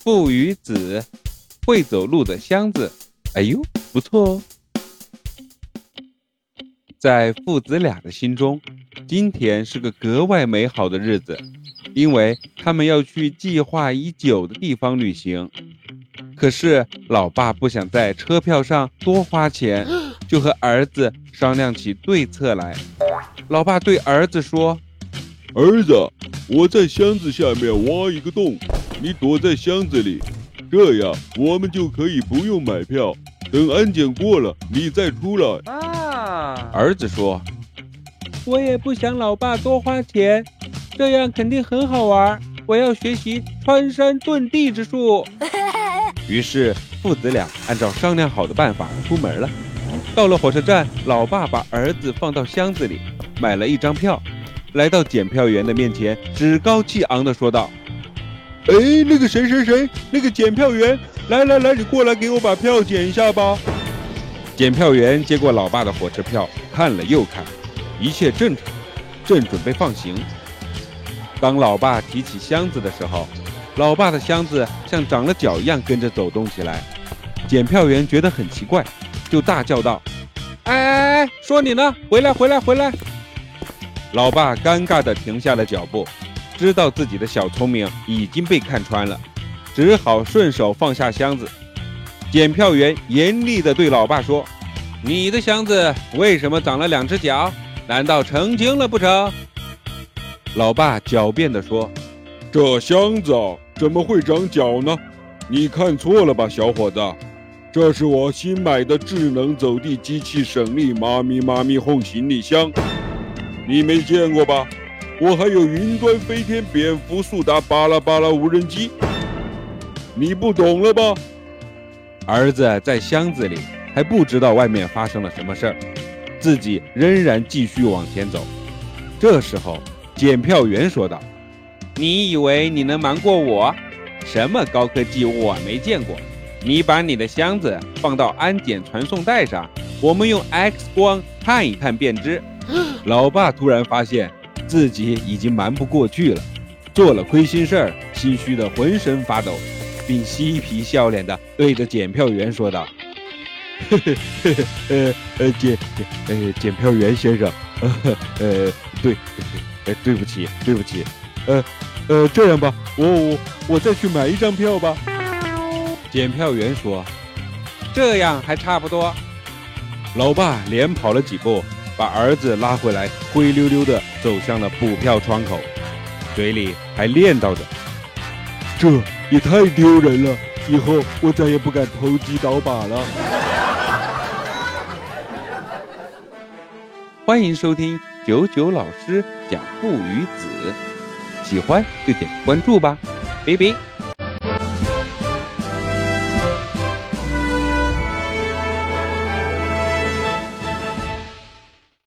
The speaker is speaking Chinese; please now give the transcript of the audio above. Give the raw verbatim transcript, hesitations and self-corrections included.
父与子，会走路的箱子。哎呦，不错哦。在父子俩的心中，今天是个格外美好的日子，因为他们要去计划已久的地方旅行。可是老爸不想在车票上多花钱，就和儿子商量起对策来。老爸对儿子说： 儿子，我在箱子下面挖一个洞，你躲在箱子里，这样我们就可以不用买票，等安检过了你再出来。 啊，儿子说：我也不想老爸多花钱，这样肯定很好玩，我要学习穿山遁地之术。于是父子俩按照商量好的办法出门了。到了火车站，老爸把儿子放到箱子里，买了一张票，来到检票员的面前，趾高气昂地说道： 哎，那个谁谁谁，那个检票员，来来来，你过来给我把票检一下吧。 检票员接过老爸的火车票，看了又看，一切正常，正准备放行。当老爸提起箱子的时候，老爸的箱子像长了脚一样跟着走动起来。检票员觉得很奇怪，就大叫道：哎哎哎，说你呢，回来回来回来！老爸尴尬地停下了脚步，知道自己的小聪明已经被看穿了，只好顺手放下箱子。检票员严厉地对老爸说：你的箱子为什么长了两只脚？难道成精了不成？老爸狡辩地说： 这箱子怎么会长脚呢？你看错了吧，小伙子，这是我新买的智能走地机器省力妈咪妈咪哄行李箱，你没见过吧？我还有云端飞天蝙蝠速达巴拉巴拉无人机，你不懂了吧？ 儿子在箱子里还不知道外面发生了什么事儿，自己仍然继续往前走。这时候检票员说道：你以为你能瞒过我？什么高科技我没见过，你把你的箱子放到安检传送带上，我们用 X 光看一看便知。老爸突然发现自己已经瞒不过去了，做了亏心事儿，心虚得浑身发抖，并嬉皮笑脸地对着检票员说道： 呵呵呵呵呃呃检呃检票员先生，呃呃对呃对不起对不起，呃呃这样吧，我我我再去买一张票吧。 检票员说：这样还差不多。老爸连跑了几步，把儿子拉回来，灰溜溜地走向了补票窗口，嘴里还念叨着： 这也太丢人了，以后我再也不敢投机倒把了。 欢迎收听九九老师讲父与子，喜欢就点关注吧，拜拜。